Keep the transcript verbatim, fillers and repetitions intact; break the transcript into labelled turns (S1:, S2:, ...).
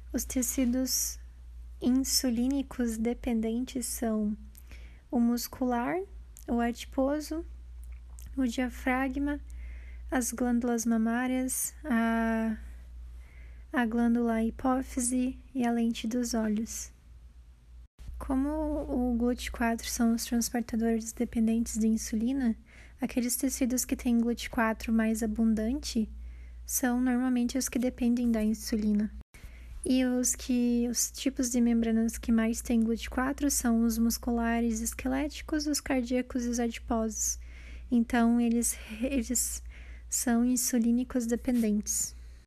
S1: Os tecidos insulínicos dependentes são o muscular, o adiposo, o diafragma, as glândulas mamárias, a, a glândula hipófise e a lente dos olhos. Como o G L U T quatro são os transportadores dependentes de insulina, aqueles tecidos que têm G L U T quatro mais abundante são normalmente os que dependem da insulina. E os, que, os tipos de membranas que mais têm G L U T quatro são os musculares esqueléticos, os cardíacos e os adiposos. Então, eles, eles são insulínicos dependentes.